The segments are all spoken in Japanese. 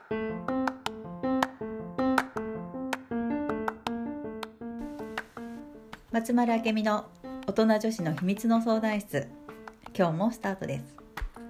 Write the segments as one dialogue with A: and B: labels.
A: 松丸明美の大人女子の秘密の相談室、今日もスタートです。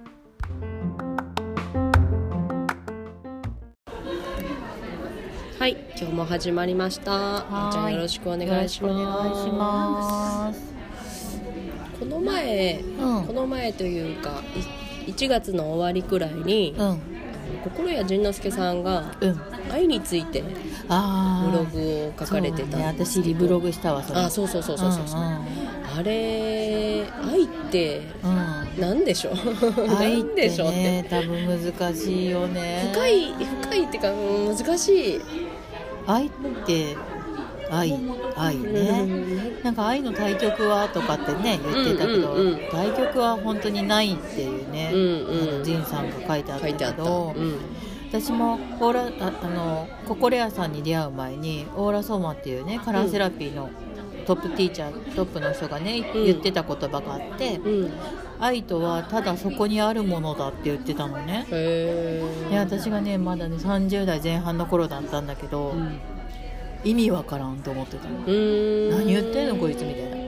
B: はい、今日も始まりました。じゃあよろしくお願いします。この前というか1月の終わりくらいに、心谷仁之助さんが、愛についてブログを書かれてたんですけど、
A: 私リブログしたわそれ。
B: そう、あれ愛って何でしょう
A: 愛ってね、多分難しいよね。
B: 深いっていうか難しい。
A: 愛って愛ね、なんか愛の対極はとかってね言ってたけど、対極は本当にないっていうね、仁さんが書いてあったけど、私も心屋さんに出会う前にオーラソーマっていうねカラーセラピーのトップティーチャー、トップの人がね言ってた言葉があって、愛とはただそこにあるものだって言ってたのね。で私がねまだね30代前半の頃だったんだけど、意味わからんと思ってたの。何言ってんのこいつみたいな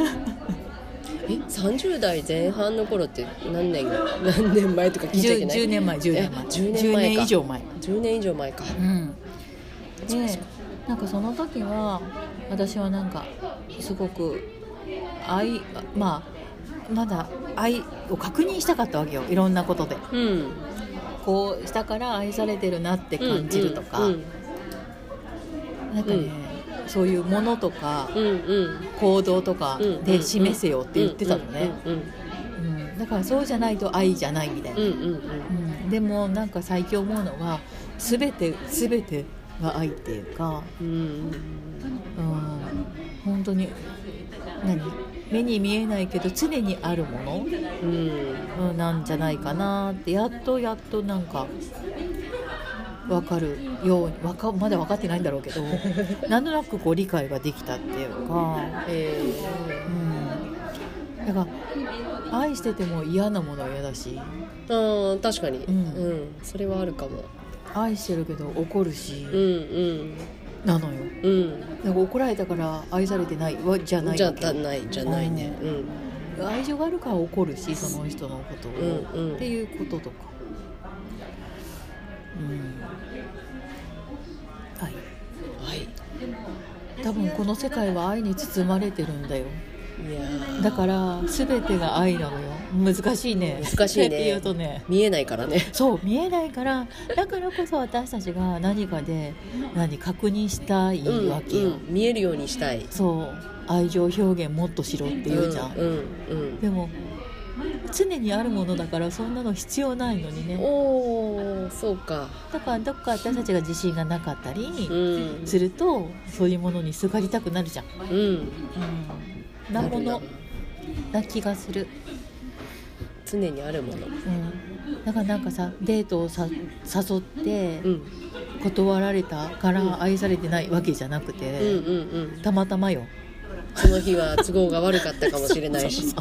B: 30代前半の頃って何年前とか聞いちゃいけない。10年以上前か。
A: でなんかその時は私はなんかすごくまだ愛を確認したかったわけよ、いろんなことで、こうしたから愛されてるなって感じるとか、なんかね、そういうものとか、行動とかで示せよって言ってたのね。だからそうじゃないと愛じゃないみたいな。でもなんか最近思うのは全てが愛っていうか、本当に目に見えないけど常にあるもの、なんじゃないかなってやっとなんか分かるように、まだ分かってないんだろうけどなんとなくこう理解ができたっていうか、だから愛してても嫌なものは嫌だし、
B: 確かに、それはあるかも。
A: 愛してるけど怒るし、なのよ。なんか怒られたから愛されてないじゃないわけ。
B: じゃないね。
A: 愛情があるから怒るし、その人のことを、っていうこととか。愛。多分この世界は愛に包まれてるんだよ。だから全てが愛なのよ。難しいねって言うとね、
B: 見えないからね。
A: そう見えないから、だからこそ私たちが何かで確認したいわけよ。
B: 見えるようにしたい。
A: そう愛情表現もっとしろって言うじゃん。でも常にあるものだからそんなの必要ないのにね。
B: そうか。
A: だからどっか私たちが自信がなかったりすると、そういうものにすがりたくなるじゃん。なものな気がする。
B: 常にあるもの。
A: だからなんかさ、デートを誘って断られたから愛されてないわけじゃなくて、たまたまよ。
B: その日は都合が悪かったかもしれないし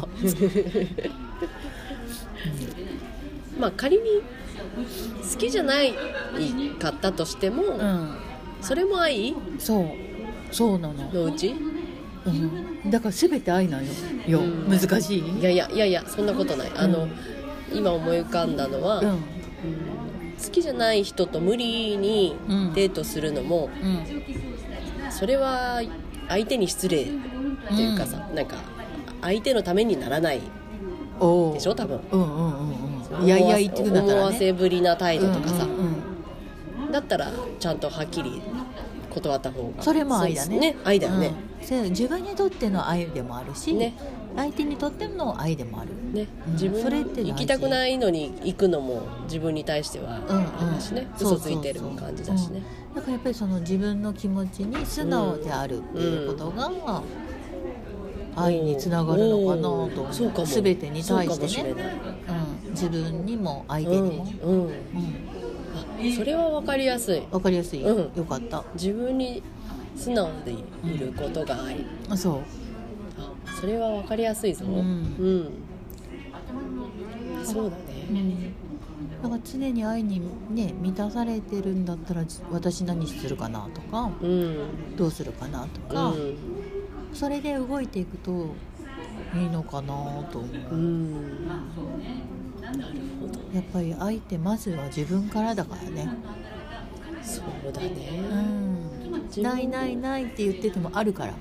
B: まあ仮に好きじゃないかったとしても、それも愛？
A: そうなの
B: うち、
A: だから全て愛なのよ。難しい？
B: いやそんなことない。今思い浮かんだのは、好きじゃない人と無理にデートするのも、それは相手に失礼っていうかさ、なんか相手のためにならないでしょ多分。
A: いや言ってくんだったらね、
B: 思わせぶりな態度とかさ、だったらちゃんとはっきり断った方が、
A: それも愛だね。
B: 愛だよね。
A: 自分にとっての愛でもあるし、相手にとっての愛でもあるね。
B: 自分行きたくないのに行くのも自分に対してはだしね、嘘ついてる感じだしね。
A: だからやっぱりその自分の気持ちに素直であるっていうことが愛につながるのかなと思う。全てに対してね、自分にも相手にも、
B: それは分かりやすい。
A: よかった。
B: 自分に素直でいることが愛。それは分かりやすいぞ。そうだね。
A: だから常に愛にね満たされてるんだったら私何するかなとか、どうするかなとか、それで動いていくといいのかなと思う。
B: なるほど。
A: やっぱり愛ってまずは自分からだからね。
B: そうだね、
A: ないないないって言っててもあるから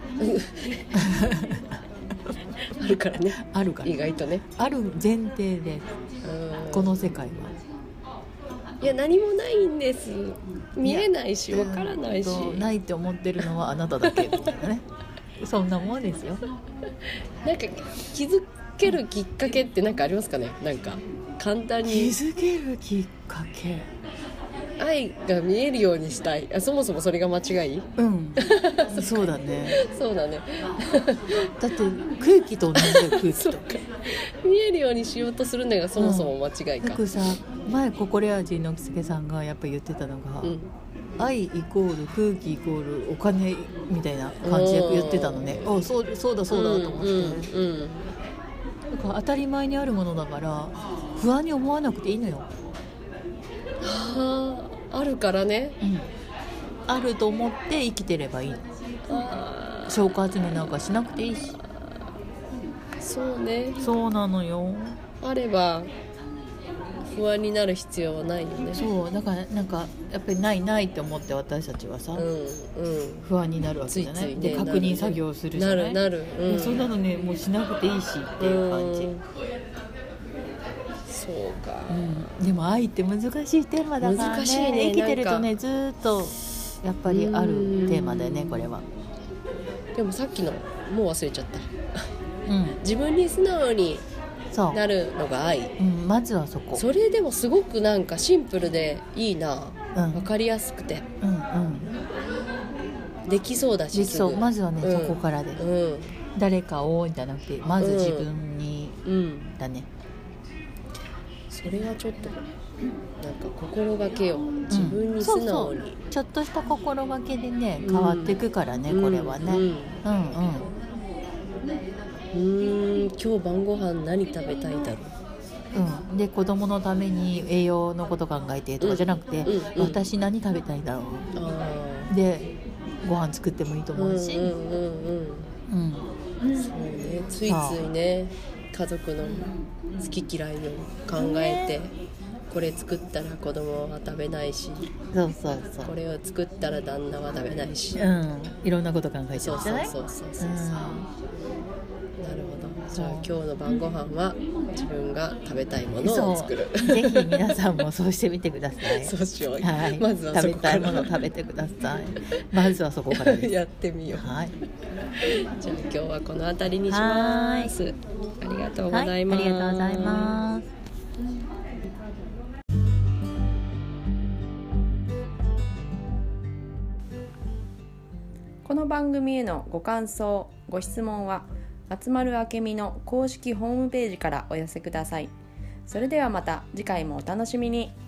B: あるからね。
A: あるから
B: 意外とね
A: ある前提で、この世界は。
B: いや何もないんです。見えないしわからないし、
A: ないって思ってるのはあなただけみたいなねそんなもんですよ。
B: なんか気づけるきっかけって何かありますかね。なんか簡単に
A: 気づけるきっかけ、
B: 愛が見えるようにしたい。そもそもそれが間違い？
A: そうだね。
B: そうだね
A: だって空気と同じだよ、空気と
B: 見えるようにしようとするのがそもそも間違いか。
A: よくさ、前ココレアジの木助さんがやっぱ言ってたのが、愛イコール空気イコールお金みたいな感じで言ってたのね。そうだと思って、だから当たり前にあるものだから不安に思わなくていいのよ。
B: あるからね、
A: あると思って生きてればいい。消化集めなんかしなくていいし。
B: そうね、
A: そうなのよ。
B: あれば不安になる必要はないよね。
A: そうだからなんかやっぱりないって思って私たちはさ、不安になるわけじゃない。
B: ついついね、
A: で確認作業するじゃない。
B: なる、
A: そんなのねもうしなくていいしっていう感じ。
B: そうか、
A: でも愛って難しいテーマだからね。
B: 難しいね。
A: 生きてるとねずっとやっぱりあるテーマだよね、これは。
B: でもさっきのもう忘れちゃった自分に素直になるのが愛、
A: まずはそこ。
B: それでもすごくなんかシンプルでいいな、分かりやすくて、できそうだし、
A: まずはね、そこからです、誰かをじゃなくてまず自分に、だね。
B: それはちょっとなんか心がけよう。自分に素直に、
A: ちょっとした心がけでね変わっていくからね、これはね。
B: 今日晩ご飯何食べたいだろう、
A: で子供のために栄養のこと考えてとかじゃなくて、私何食べたいだろうでご飯作ってもいいと思うし、そう
B: ね、ついついね家族の好き嫌いを考えて、これ作ったら子供は食べないし、これを作ったら旦那は食べないし、
A: いろんなこと考えちゃうじゃない。
B: そうなるほど。じゃあ今日の晩ご飯は自分が食べたいものを作る。
A: ぜひ皆さんもそうしてみてください。
B: そうしよう、
A: まずはそこから食べたいものを食べてください。まずはそこからです。
B: やってみよう。じゃあ今日はこの辺りにします。ありがとうございます。
A: ありがとうございます。
C: この番組へのご感想、ご質問は松丸あけみの公式ホームページからお寄せください。それではまた次回もお楽しみに。